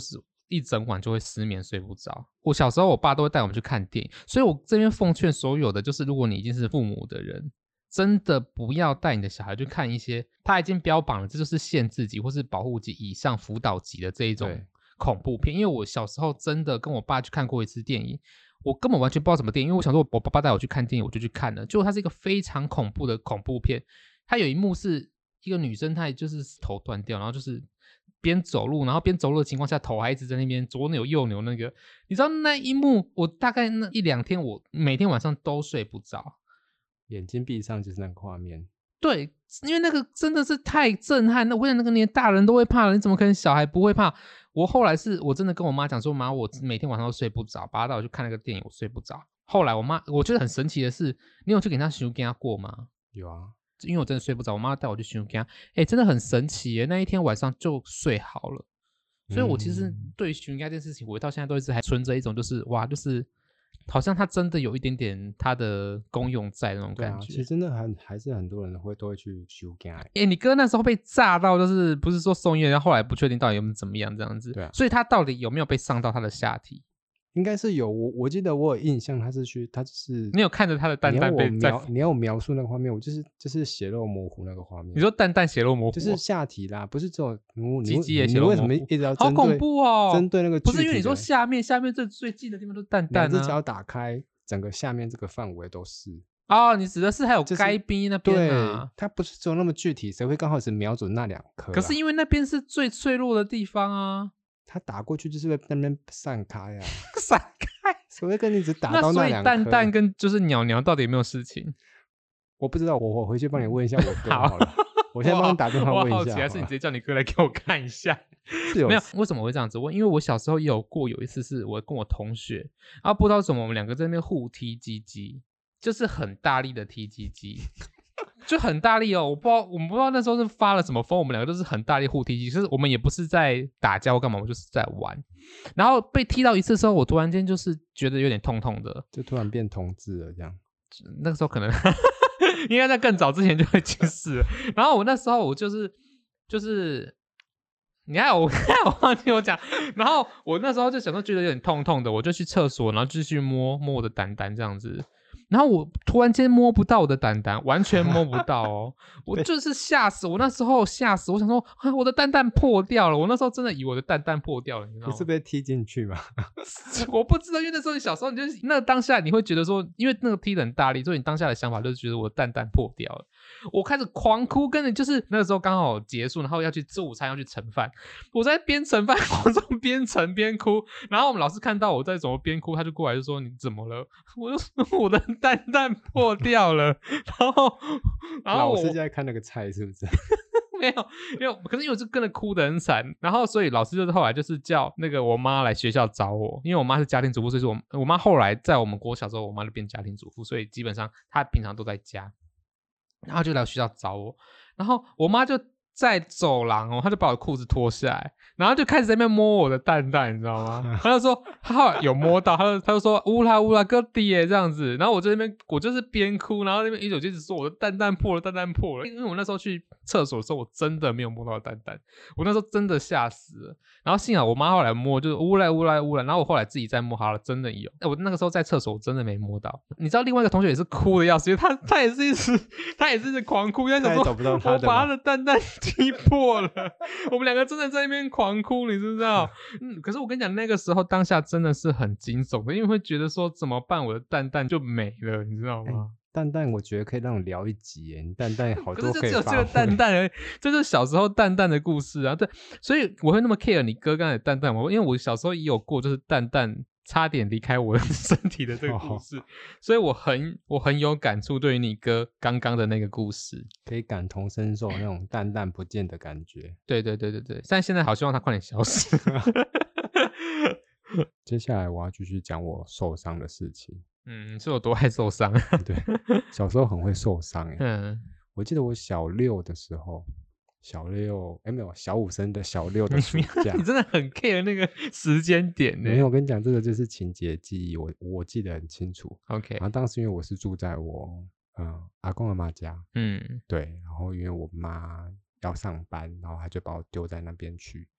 [SPEAKER 1] 一整晚就会失眠睡不着。我小时候我爸都会带我们去看电影，所以我这边奉劝所有的就是如果你已经是父母的人，真的不要带你的小孩去看一些他已经标榜了这就是限制级或是保护级以上辅导级的这一种恐怖片。因为我小时候真的跟我爸去看过一次电影，我根本完全不知道什么电影，因为我想说我爸爸带我去看电影我就去看了，结果它是一个非常恐怖的恐怖片。它有一幕是一个女生她就是头断掉，然后就是边走路，然后边走路的情况下头还一直在那边左扭右扭，那个你知道那一幕我大概那1-2天我每天晚上都睡不着，
[SPEAKER 3] 眼睛闭上就是那个画面。
[SPEAKER 1] 对，因为那个真的是太震撼，我想那个连大人都会怕了，你怎么可能小孩不会怕？我后来是我真的跟我妈讲说，妈，我每天晚上都睡不着，把她带我去看那个电影，我睡不着。后来我妈，我觉得很神奇的是，你有去给她修跟她过吗？
[SPEAKER 3] 有啊，
[SPEAKER 1] 因为我真的睡不着，我妈带我去修跟她，真的很神奇耶，那一天晚上就睡好了。所以我其实对于修跟这件事情，我到现在都一直还存着一种就是哇，就是好像它真的有一点点它的功用在那种感觉。
[SPEAKER 3] 其实真的还是很多人都会去修改。
[SPEAKER 1] 你哥那时候被炸到，就是不是说送医院，然后后来不确定到底有没有怎么样这样子。
[SPEAKER 3] 对啊，
[SPEAKER 1] 所以他到底有没有被伤到他的下体？
[SPEAKER 3] 应该是有，我记得我有印象，他就是
[SPEAKER 1] 你有看着他的蛋蛋被
[SPEAKER 3] 你要我描述那个画面，我就是血肉模糊那个画面。
[SPEAKER 1] 你说蛋蛋血肉模糊，
[SPEAKER 3] 就是下体啦，不是只有
[SPEAKER 1] 鸡鸡也血肉模糊。
[SPEAKER 3] 你为什么一直要
[SPEAKER 1] 好恐怖哦？
[SPEAKER 3] 针对那个
[SPEAKER 1] 不是因为你说下面最近的地方都是蛋蛋啊，
[SPEAKER 3] 两只脚打开，整个下面这个范围都是。
[SPEAKER 1] 哦，你指的是还有该逼那边啊？
[SPEAKER 3] 对，它不是只有那么具体，谁会刚好是瞄准那2颗？
[SPEAKER 1] 可是因为那边是最脆弱的地方啊，
[SPEAKER 3] 他打过去就是会那边散开啊，
[SPEAKER 1] 散开。
[SPEAKER 3] 谁会跟你只打到那2颗？
[SPEAKER 1] 所以蛋蛋跟就是鸟鸟到底有没有事情？
[SPEAKER 3] 我不知道，我回去帮你问一下我哥好了。我先帮你打电话问一下。
[SPEAKER 1] 我好奇，还是你直接叫你哥来给我看一下？
[SPEAKER 3] 是有
[SPEAKER 1] 没有？为什么我会这样子问？因为我小时候也有一次是我跟我同学，然后不知道为什么我们2个在那边互踢鸡鸡，就是很大力的踢鸡鸡。就很大力哦，我们不知道那时候是发了什么疯，我们2个都是很大力互踢击，就是我们也不是在打架或干嘛，我们就是在玩。然后被踢到一次之后，我突然间就是觉得有点痛痛的，
[SPEAKER 3] 就突然变同志了这样。
[SPEAKER 1] 那个时候可能应该在更早之前就会近视了。然后我那时候我就是，你看我忘记我讲，然后我那时候就想说觉得有点痛痛的，我就去厕所，然后继续摸我的蛋蛋这样子。然后我突然间摸不到我的蛋蛋，完全摸不到哦，我就是吓死，我那时候吓死，我想说我的蛋蛋破掉了，我那时候真的以为我的蛋蛋破掉了，你知道吗？
[SPEAKER 3] 你是被踢进去吗？
[SPEAKER 1] 我不知道，因为那时候你小时候，你就是那当下你会觉得说，因为那个踢得很大力，所以你当下的想法就是觉得我的蛋蛋破掉了，我开始狂哭，跟着就是那个时候刚好结束，然后要去吃午餐，要去盛饭，我在边盛饭过程边盛边哭，然后我们老师看到我在怎么边哭，他就过来就说你怎么了？我就说我的蛋蛋破掉了，然后
[SPEAKER 3] 老师在看那个菜是不是？
[SPEAKER 1] 没有，可是因为我就跟着哭得很惨，然后所以老师就是后来就是叫那个我妈来学校找我，因为我妈是家庭主妇，所以说我妈后来在我们国小时候，我妈就变家庭主妇，所以基本上她平常都在家，然后就来学校找我，然后我妈就在走廊她就把我裤子脱下来，然后就开始在那边摸我的蛋蛋，你知道吗？她就说她后来有摸到，她就说乌啦哥弟耶这样子，然后我在那边我就是边哭，然后那边一直说我的蛋蛋破了，蛋蛋破了，因为我那时候去厕所的时候我真的没有摸到蛋蛋，我那时候真的吓死了，然后幸好我妈后来摸就是乌啦，然后我后来自己再摸好了，真的有，我那个时候在厕所我真的没摸到，你知道另外一个同学也是哭的要死，因为他也是一直狂哭，因为他想说我把他的蛋蛋踢破了，我们2个真的在那边狂哭，你知不知道？可是我跟你讲，那个时候当下真的是很惊悚的，因为会觉得说怎么办，我的蛋蛋就没了，你知道吗？
[SPEAKER 3] 蛋蛋我觉得可以让我聊一集耶，你蛋蛋好多可以发挥。可是就只有
[SPEAKER 1] 这个蛋蛋而已，这就是小时候蛋蛋的故事啊。对，所以我会那么 care 你哥刚才的蛋蛋，因为我小时候也有过，就是蛋蛋差点离开我的身体的这个故事，所以我很有感触，对于你哥刚刚的那个故事，
[SPEAKER 3] 可以感同身受那种蛋蛋不见的感觉。
[SPEAKER 1] 对，但现在好希望他快点消失。
[SPEAKER 3] 接下来我要继续讲我受伤的事情。
[SPEAKER 1] 你是有多爱受伤？
[SPEAKER 3] 对，小时候很会受伤耶。我记得我小6的时候，没有小5升的小6的暑假。
[SPEAKER 1] 你真的很 care 那个时间点呢？
[SPEAKER 3] 没有，我跟你讲，这个就是情节记忆，我记得很清楚。
[SPEAKER 1] OK，
[SPEAKER 3] 然后当时因为我是住在我阿公阿妈家，对，然后因为我妈要上班，然后她就把我丢在那边去。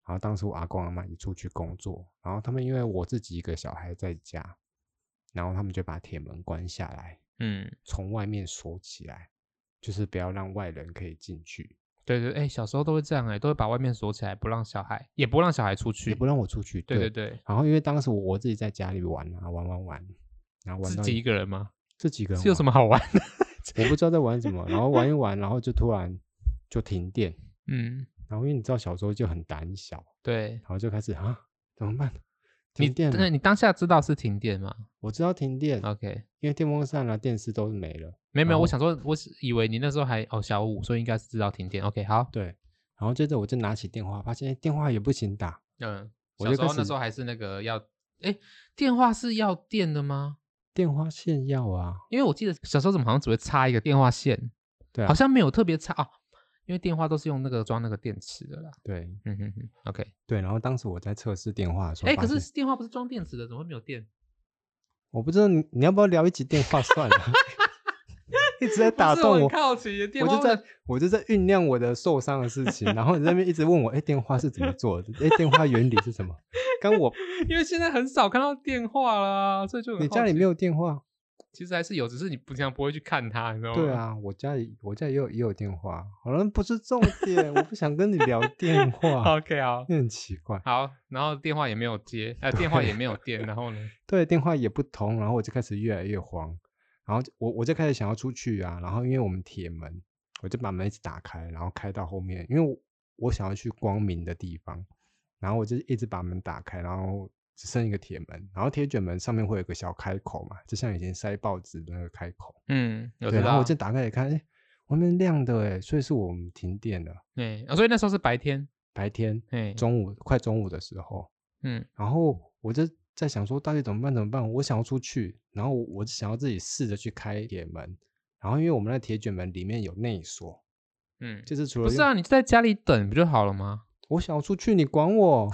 [SPEAKER 3] 然后当时我阿公阿嬷也出去工作，然后他们因为我自己一个小孩在家，然后他们就把铁门关下来，从外面锁起来，就是不要让外人可以进去。
[SPEAKER 1] 对对，小时候都会这样都会把外面锁起来，不让小孩，也不让小孩出去，
[SPEAKER 3] 也不让我出去。
[SPEAKER 1] 对对对。
[SPEAKER 3] 然后因为当时我自己在家里玩啊，玩，然后玩到
[SPEAKER 1] 自己一个人吗？
[SPEAKER 3] 自己一个人
[SPEAKER 1] 是有什么好玩的？
[SPEAKER 3] 我不知道在玩什么，然后玩一玩，然后就突然就停电。然后因为你知道小时候就很胆小，
[SPEAKER 1] 对，
[SPEAKER 3] 然后就开始怎么办？停电了。
[SPEAKER 1] 你当下知道是停电吗？
[SPEAKER 3] 我知道停电
[SPEAKER 1] ，OK，
[SPEAKER 3] 因为电风扇啊、电视都是没了。
[SPEAKER 1] 没有，我想说，我以为你那时候还小5，所以应该是知道停电。OK， 好，
[SPEAKER 3] 对，然后接着我就拿起电话，发现电话也不行打。
[SPEAKER 1] 小时候那时候还是那个要，电话是要电的吗？
[SPEAKER 3] 电话线要啊，
[SPEAKER 1] 因为我记得小时候怎么好像只会插一个电话线，
[SPEAKER 3] 对啊，
[SPEAKER 1] 好像没有特别插因为电话都是用那个装那个电池的啦。
[SPEAKER 3] 对
[SPEAKER 1] ，OK，
[SPEAKER 3] 对，然后当时我在测试电话的时候，
[SPEAKER 1] 可是电话不是装电池的，怎么会没有电？
[SPEAKER 3] 我不知道你要不要聊一集电话算了。一直在打断我，
[SPEAKER 1] 好奇电话
[SPEAKER 3] 我就在酝酿我的受伤的事情，然后你在那边一直问我，电话是怎么做的？电话原理是什么？
[SPEAKER 1] 因为现在很少看到电话啦，所以就很好奇。
[SPEAKER 3] 你家里没有电话？
[SPEAKER 1] 其实还是有，只是你平常不会去看它，你知道吗？
[SPEAKER 3] 对啊，我家也有电话，好像不是重点，我不想跟你聊电话。
[SPEAKER 1] OK 好，
[SPEAKER 3] 你很奇怪。
[SPEAKER 1] 好，然后电话也没有接，电话也没有电，然后呢？
[SPEAKER 3] 对，电话也不通，然后我就开始越来越慌，然后我就开始想要出去啊，然后因为我们铁门，我就把门一直打开，然后开到后面，因为我想要去光明的地方，然后我就一直把门打开，然后只剩一个铁门，然后铁卷门上面会有一个小开口嘛，就像以前塞报纸的那个开口。
[SPEAKER 1] 有
[SPEAKER 3] 对，然后我就打开来看，外面亮的所以是我们停电了。
[SPEAKER 1] 所以那时候是白天，
[SPEAKER 3] 快中午的时候，然后我就在想说到底怎么办？我想要出去，然后我就想要自己试着去开铁门，然后因为我们那铁卷门里面有内锁，就是除了
[SPEAKER 1] 不是啊，你就在家里等不就好了吗？
[SPEAKER 3] 我想要出去，你管我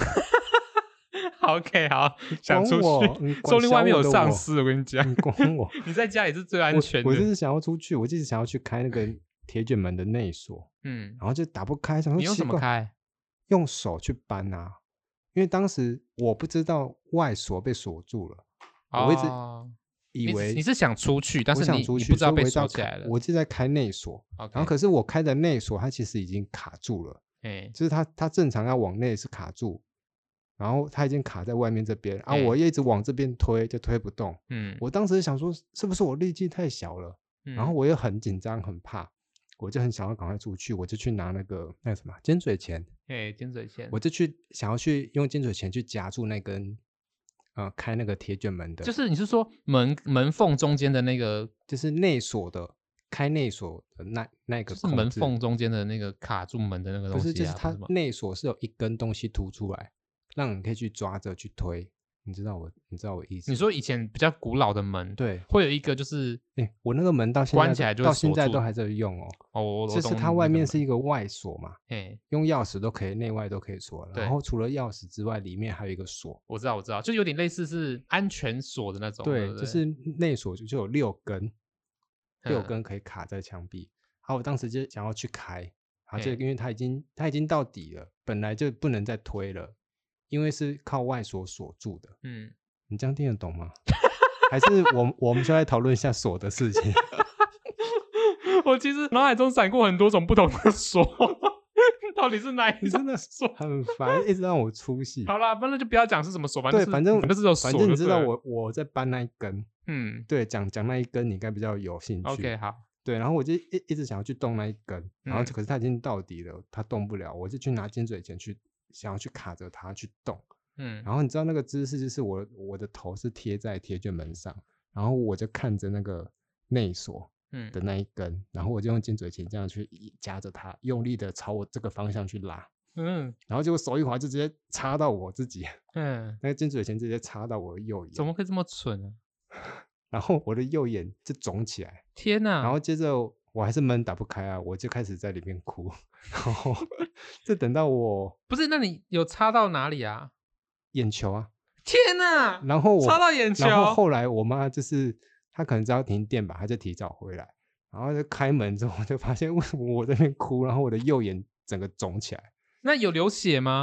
[SPEAKER 1] ？OK， 好，想出去，说不定外面有丧尸，我跟你讲，
[SPEAKER 3] 你管我，
[SPEAKER 1] 你在家里是最安全的。
[SPEAKER 3] 我就是想要出去，我就是想要去开那个铁卷门的内锁，然后就打不开，想说
[SPEAKER 1] 你用什么开？
[SPEAKER 3] 用手去扳啊，因为当时我不知道外锁被锁住了，我一直以为
[SPEAKER 1] 你是想出去，但是你不知道被锁起来了。
[SPEAKER 3] 我就在开内锁，然后可是我开的内锁它其实已经卡住了，就是它正常要往内是卡住，然后它已经卡在外面这边啊，我一直往这边推就推不动。我当时想说是不是我力气太小了，然后我又很紧张很怕，我就很想要赶快出去，我就去拿那个什么尖嘴钳，
[SPEAKER 1] 尖嘴钳，
[SPEAKER 3] 我就想要去用尖嘴钳去夹住那根开那个铁卷门的，
[SPEAKER 1] 就是你是说门缝中间的那个，
[SPEAKER 3] 就是内锁的开内锁的那个，
[SPEAKER 1] 就是门缝中间的那个卡住门的那个东西，
[SPEAKER 3] 不是，就是它内锁是有一根东西凸出来，让你可以去抓着去推。你知道我意思？
[SPEAKER 1] 你说以前比较古老的门，
[SPEAKER 3] 对，
[SPEAKER 1] 会有一个就是，
[SPEAKER 3] 我那个门到现在
[SPEAKER 1] 关起来
[SPEAKER 3] 到现在都还在用就是它外面是一个外锁嘛，用钥匙都可以，内外都可以锁，然后除了钥匙之外，里面还有一个锁。
[SPEAKER 1] 我知道，就有点类似是安全锁的那种，对，
[SPEAKER 3] 就是内锁就有6根可以卡在墙壁。好，我当时就想要去开，然后就因为它已经到底了，本来就不能再推了。因为是靠外锁锁住的，你这样听得懂吗？还是我们现在讨论一下锁的事情？
[SPEAKER 1] 我其实脑海中闪过很多种不同的锁，到底是哪一种锁？
[SPEAKER 3] 很烦，一直让我出戏。
[SPEAKER 1] 好啦，反正就不要讲是什么锁，
[SPEAKER 3] 对，反正你知道我在搬那一根，对，讲那一根你应该比较有兴趣。
[SPEAKER 1] OK， 好，
[SPEAKER 3] 对，然后我就一直想要去动那一根，然后可是它已经到底了，它动不了，我就去拿尖嘴钳去。想要去卡着它去动，然后你知道那个姿势就是我的头是贴在铁卷门上，然后我就看着那个内锁的那一根，然后我就用尖嘴钳这样去夹着它，用力的朝我这个方向去拉，然后结果手一滑就直接插到我自己，那个尖嘴钳直接插到我的右眼，
[SPEAKER 1] 怎么可以这么蠢啊？
[SPEAKER 3] 然后我的右眼就肿起来，
[SPEAKER 1] 天哪！
[SPEAKER 3] 然后接着我还是门打不开啊，我就开始在里面哭，然后就等到我
[SPEAKER 1] 不是，那你有插到哪里啊？
[SPEAKER 3] 眼球啊！
[SPEAKER 1] 天哪！
[SPEAKER 3] 然后
[SPEAKER 1] 插到眼球，
[SPEAKER 3] 然后后来我妈就是她可能知道停电吧，她就提早回来，然后就开门之后我就发现为什么我在那边哭，然后我的右眼整个肿起来。
[SPEAKER 1] 那有流血吗？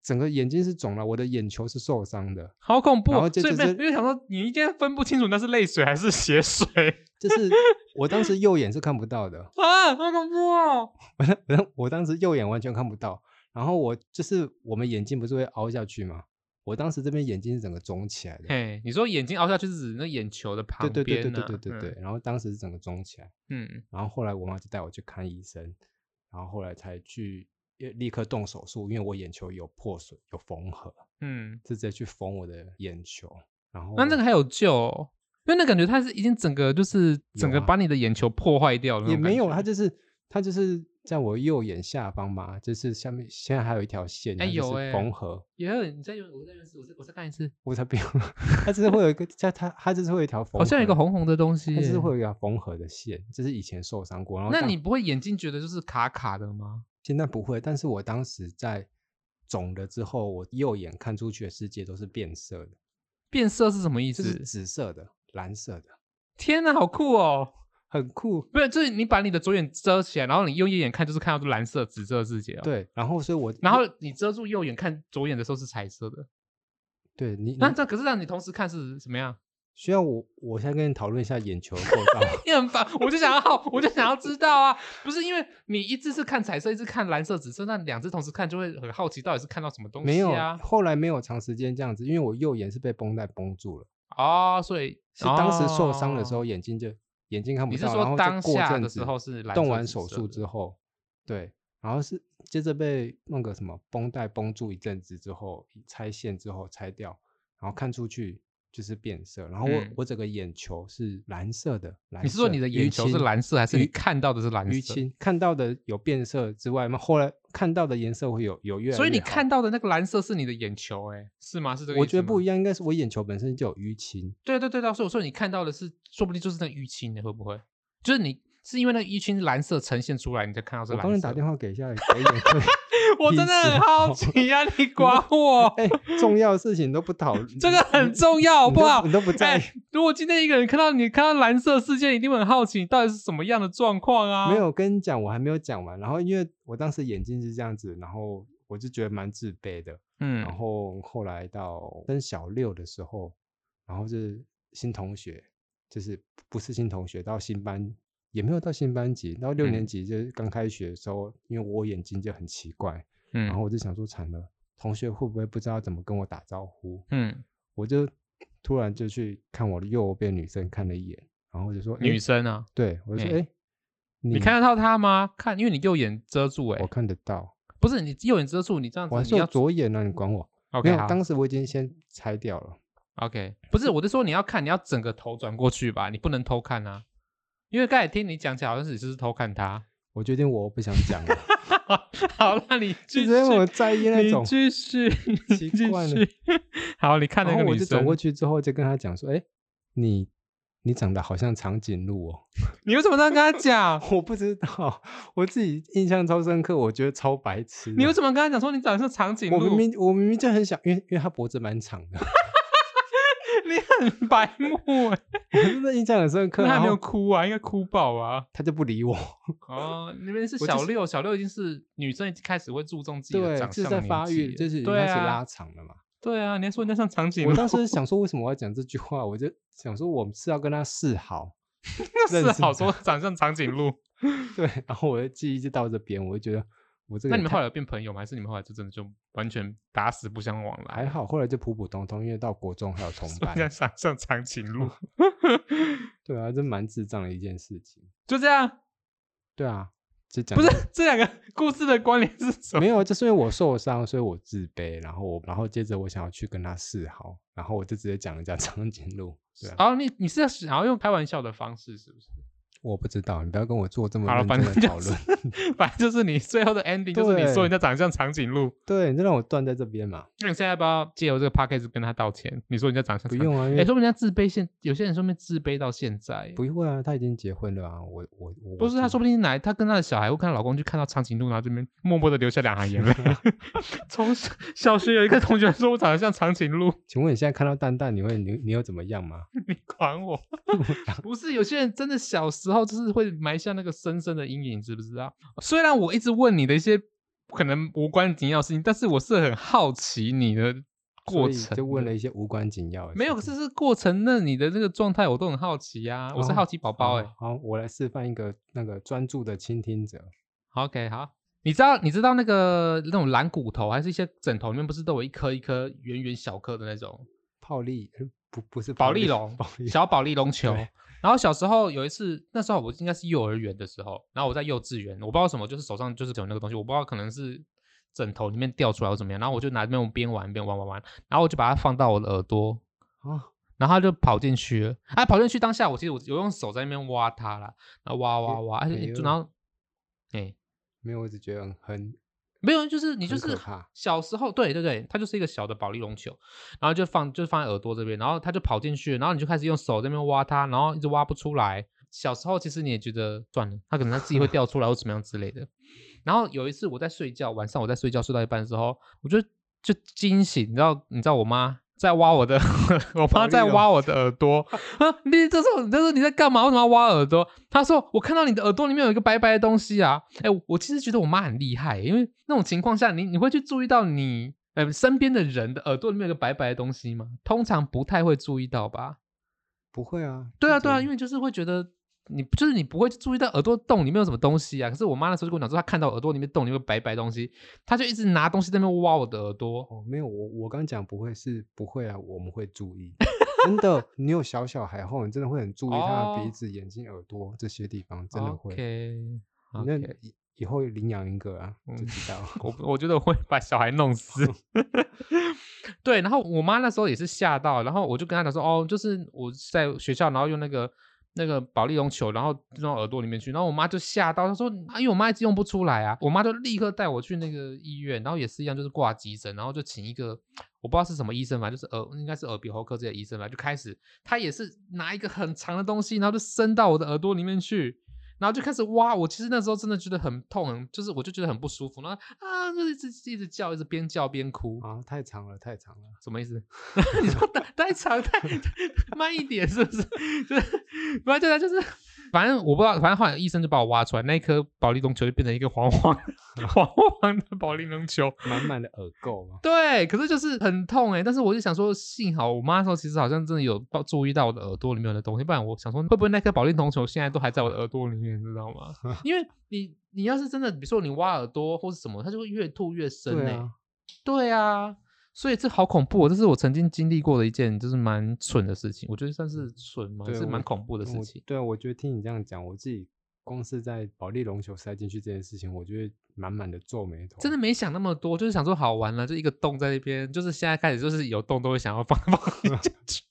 [SPEAKER 3] 整个眼睛是肿了，我的眼球是受伤的，
[SPEAKER 1] 好恐怖、
[SPEAKER 3] 然后
[SPEAKER 1] 哦。所以因为想说，你一定分不清楚那是泪水还是血水
[SPEAKER 3] 就是我当时右眼是看不到的
[SPEAKER 1] 啊，好恐怖哦！
[SPEAKER 3] 我当时右眼完全看不到，然后我们眼睛不是会凹下去吗？我当时这边眼睛是整个肿起来的。
[SPEAKER 1] 嘿，你说眼睛凹下去是指那眼球的旁边、啊、
[SPEAKER 3] 对，然后当时是整个肿起来，然后后来我妈就带我去看医生，然后后来才去立刻动手术，因为我眼球有破损有缝合，直接去缝我的眼球，然后
[SPEAKER 1] 那个还有救、哦，因为那感觉它是已经整个就是整个把你的眼球破坏掉了、
[SPEAKER 3] 也没有，它就是在我右眼下方嘛，就是下面现在还有一条线，
[SPEAKER 1] 有
[SPEAKER 3] 缝合。
[SPEAKER 1] 有，你再用，我再看一次。
[SPEAKER 3] 我才不用，它就是会有一个，它就是会有一条缝合，
[SPEAKER 1] 好像有一个红红的东西，
[SPEAKER 3] 它就是会有一条缝合的线，这是以前受伤过。然后
[SPEAKER 1] 那你不会眼睛觉得就是卡卡的吗？
[SPEAKER 3] 现在不会，但是我当时在肿了之后，我右眼看出去的世界都是变色的。
[SPEAKER 1] 变色是什么意思？
[SPEAKER 3] 就是紫色的、蓝色的。
[SPEAKER 1] 天哪，好酷哦！
[SPEAKER 3] 很酷，
[SPEAKER 1] 不是，就是你把你的左眼遮起来，然后你用右眼看，就是看到蓝色、紫色的世界、哦。
[SPEAKER 3] 对，然后所以
[SPEAKER 1] 然后你遮住右眼看左眼的时候是彩色的。
[SPEAKER 3] 对
[SPEAKER 1] 那这可是让你同时看是什么样？
[SPEAKER 3] 需要我现在跟你讨论一下眼球的构造。
[SPEAKER 1] 你很烦，我就想要知道啊，不是因为你一只是看彩色，一只看蓝色、紫色，那两只同时看就会很好奇，到底是看到什么东西啊？
[SPEAKER 3] 没有，后来没有长时间这样子，因为我右眼是被绷带绷住了。
[SPEAKER 1] 哦，所以
[SPEAKER 3] 是当时受伤的时候眼睛看不到。
[SPEAKER 1] 你是说当下的时候是蓝色
[SPEAKER 3] 动完手术之后，对，然后是接着被那个什么绷带绷住一阵子之后，拆线之后拆掉，然后看出去就是变色，然后我整个眼球是蓝色的。
[SPEAKER 1] 你是说你的眼球是蓝色，还是你看到的是蓝色？
[SPEAKER 3] 淤青看到的有变色之外，后来看到的颜色会有越来越好。
[SPEAKER 1] 所以你看到的那个蓝色是你的眼球，是吗？是这个意思吗？
[SPEAKER 3] 我觉得不一样，应该是我眼球本身就有淤青。
[SPEAKER 1] 对，所以我说你看到的是，说不定就是那个淤青的，会不会？就是你是因为那个淤青蓝色呈现出来，你才看到是蓝色。
[SPEAKER 3] 我帮你打电话给一下眼科。
[SPEAKER 1] 我真的很好奇啊，你管我？
[SPEAKER 3] 重要的事情都不讨论，
[SPEAKER 1] 这个很重要，好不好？
[SPEAKER 3] 你都不在意。
[SPEAKER 1] 如果今天一个人看到蓝色事件，一定会很好奇，你到底是什么样的状况啊？
[SPEAKER 3] 没有，跟你讲，我还没有讲完。然后因为我当时眼睛是这样子，然后我就觉得蛮自卑的。然后后来到升小6的时候，然后是新同学，就是不是新同学，到新班。也没有到新班级，到6年级就是刚开学的时候，因为我眼睛就很奇怪，然后我就想说惨了，同学会不会不知道怎么跟我打招呼？我就突然就去看我的右边女生看了一眼，然后我就说
[SPEAKER 1] 女生啊，
[SPEAKER 3] 对，我就说
[SPEAKER 1] 你看得到她吗？看，因为你右眼遮住
[SPEAKER 3] 我看得到，
[SPEAKER 1] 不是你右眼遮住，你这样子
[SPEAKER 3] 我还是有左眼啊，你管我
[SPEAKER 1] ？OK，
[SPEAKER 3] 没有，当时我已经先拆掉了。
[SPEAKER 1] OK， 不是，我就说你要看，你要整个头转过去吧，你不能偷看啊。因为刚才听你讲起来好像是你是偷看他，
[SPEAKER 3] 我决定我不想讲了。
[SPEAKER 1] 好，那你继续。
[SPEAKER 3] 我在意那种，
[SPEAKER 1] 你继续，
[SPEAKER 3] 奇怪了。
[SPEAKER 1] 好，你看那个女生，
[SPEAKER 3] 然后我就走过去之后，就跟他讲说：“你长得好像长颈鹿哦。”
[SPEAKER 1] 你为什么这样跟他讲？
[SPEAKER 3] 我不知道，我自己印象超深刻，我觉得超白痴。
[SPEAKER 1] 你为什么跟他讲说你长得像长颈鹿？
[SPEAKER 3] 我明明就很想，因为他脖子蛮长的。
[SPEAKER 1] 你很白目
[SPEAKER 3] 我真的印象很深刻。
[SPEAKER 1] 他还没有哭啊，应该哭爆啊。
[SPEAKER 3] 他就不理我。
[SPEAKER 1] 你们是小6，小6已经是女生已经开始会注重自己的长相，
[SPEAKER 3] 就是在发育，就是开始拉长了嘛。
[SPEAKER 1] 对啊，你还说人家像长颈鹿。
[SPEAKER 3] 我当时想说，为什么我要讲这句话？我就想说，我们是要跟他示好，
[SPEAKER 1] 示好说长像长颈鹿。
[SPEAKER 3] 对，然后我的记忆就到这边，我就觉得。
[SPEAKER 1] 那你们后来有变朋友吗？还是你们后来就真的就完全打死不相往来？
[SPEAKER 3] 还好，后来就普普通通，因为到国中还有同班。
[SPEAKER 1] 像长颈鹿。
[SPEAKER 3] 对啊，这蛮智障的一件事情。
[SPEAKER 1] 就这样。
[SPEAKER 3] 对啊，就讲
[SPEAKER 1] 不是这两个故事的关联是什么？
[SPEAKER 3] 没有，就是因为我受伤，所以我自卑，然后接着我想要去跟他示好，然后我就直接讲人家长颈鹿。对啊。
[SPEAKER 1] 你是想要用开玩笑的方式，是不是？
[SPEAKER 3] 我不知道，你不要跟我做这么认真的讨论。
[SPEAKER 1] 反正就是你最后的 ending 就是你说人家长得像长颈鹿。
[SPEAKER 3] 对，你就让我断在这边嘛。
[SPEAKER 1] 那你现在要不要借由这个 podcast 跟他道歉？你说人家长得像长颈鹿。
[SPEAKER 3] 不用啊，
[SPEAKER 1] 说明人家自卑有些人说明自卑到现在。
[SPEAKER 3] 不会啊，他已经结婚了啊。我
[SPEAKER 1] 不是，他说不定他跟他的小孩或跟他老公去看到长颈鹿，然后这边默默的流下2行眼泪。从小学有一个同学说我长得像长颈鹿。
[SPEAKER 3] 请问你现在看到蛋蛋，你有怎么样吗？
[SPEAKER 1] 你管我？不是，有些人真的小时候就是会埋下那个深深的阴影，知不知道？虽然我一直问你的一些可能无关紧要的事情，但是我是很好奇你的过程，
[SPEAKER 3] 所以就问了一些无关紧要的事情。
[SPEAKER 1] 没有，可是过程那你的这个状态我都很好奇啊，我是好奇宝宝
[SPEAKER 3] 好，我来示范一个那个专注的倾听者。
[SPEAKER 1] OK， 好，你知道那种蓝骨头，还是一些枕头里面不是都有一颗一颗圆圆小颗的那种
[SPEAKER 3] 泡利不是
[SPEAKER 1] 保利龙，小保利龙球。然后小时候有一次，那时候我应该是幼儿园的时候，然后我在幼稚园，我不知道什么，就是手上就是有那个东西，我不知道可能是枕头里面掉出来或怎么样，然后我就拿那种边玩，然后我就把它放到我的耳朵，然后它就跑进去了。跑进去当下，其实我有用手在那边挖它啦，然后挖，然后
[SPEAKER 3] 没有，我只觉得很
[SPEAKER 1] 没有，就是你就是小时候，对，它就是一个小的保利龙球，然后就放在耳朵这边，然后它就跑进去，然后你就开始用手在那边挖它，然后一直挖不出来。小时候其实你也觉得算了，它可能它自己会掉出来或怎么样之类的。然后有一次我在睡觉，晚上我在睡觉睡到一半的时候，我就惊醒，你知道我妈在挖我的，我妈在挖我的耳朵这时候你在干嘛？为什么要挖耳朵？她说我看到你的耳朵里面有一个白白的东西啊。我其实觉得我妈很厉害，因为那种情况下你会去注意到你身边的人的耳朵里面有个白白的东西吗？通常不太会注意到吧？
[SPEAKER 3] 不会啊。
[SPEAKER 1] 对啊，因为就是会觉得你不会注意到耳朵洞里面有什么东西啊。可是我妈那时候就跟我讲说，她看到耳朵里面洞里面有白白东西，她就一直拿东西在那边挖我的耳朵。
[SPEAKER 3] 没有，我刚讲不会是不会啊，我们会注意。真的，你有小孩后，你真的会很注意他的鼻子、眼睛、耳朵这些地方，真的会。那以后领养一个啊，就知道。
[SPEAKER 1] 我觉得我会把小孩弄死。对，然后我妈那时候也是吓到，然后我就跟她讲说，就是我在学校，然后用那个保利龙球，然后扔到耳朵里面去，然后我妈就吓到，她说因为我妈一直用不出来啊，我妈就立刻带我去那个医院，然后也是一样，就是挂急诊，然后就请一个我不知道是什么医生吧，就是应该是耳鼻喉科这些医生吧，就开始他也是拿一个很长的东西，然后就伸到我的耳朵里面去。然后就开始挖，我其实那时候真的觉得很痛，就是我就觉得很不舒服，然后就一直叫，一直边叫边哭
[SPEAKER 3] 啊，太长了，
[SPEAKER 1] 什么意思？你说太长，慢一点是不是？就是反正我不知道，反正后来医生就把我挖出来，那一颗保利龙球就变成一个黄黄的保利龙球，
[SPEAKER 3] 满满的耳垢嘛。
[SPEAKER 1] 对，可是就是很痛但是我就想说，幸好我妈那时候其实好像真的有注意到我的耳朵里面的东西，不然我想说会不会那颗保利龙球现在都还在我的耳朵里面，你知道吗？因为你要是真的，比如说你挖耳朵或是什么，它就会越吐越深对啊，所以这好恐怖这是我曾经经历过的一件就是蛮蠢的事情，我觉得算是蠢嘛，是蛮恐怖的事情。
[SPEAKER 3] 对啊，我觉得听你这样讲，我自己光是在保利龙球塞进去这件事情，我觉得满满的皱眉头。
[SPEAKER 1] 真的没想那么多，就是想说好玩了，就一个洞在那边，就是现在开始就是有洞都会想要放进去。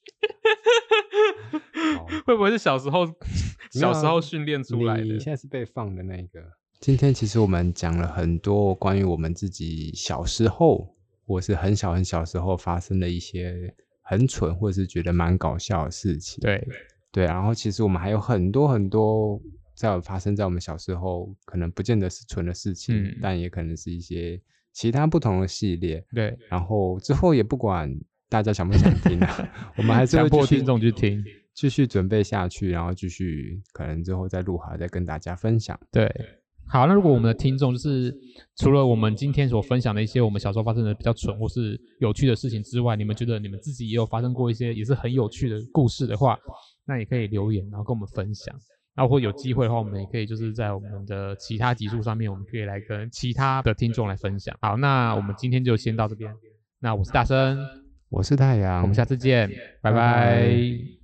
[SPEAKER 1] 会不会是小时候训练出来的？
[SPEAKER 3] 你现在是被放的那个。今天其实我们讲了很多关于我们自己小时候或是很小时候发生的一些很蠢或者是觉得蛮搞笑的事情。对，然后其实我们还有很多发生在我们小时候，可能不见得是蠢的事情，但也可能是一些其他不同的系列。
[SPEAKER 1] 对，
[SPEAKER 3] 然后之后也不管大家想不想听我们还是会
[SPEAKER 1] 强迫听众去听，
[SPEAKER 3] 继续准备下去，然后继续可能之后再录好再跟大家分享。
[SPEAKER 1] 对，好，那如果我们的听众就是除了我们今天所分享的一些我们小时候发生的比较蠢或是有趣的事情之外，你们觉得你们自己也有发生过一些也是很有趣的故事的话，那也可以留言然后跟我们分享。那如果有机会的话，我们也可以就是在我们的其他集数上面，我们可以来跟其他的听众来分享。好，那我们今天就先到这边。那我是大生，
[SPEAKER 3] 我是太阳，
[SPEAKER 1] 我们下次见，拜拜。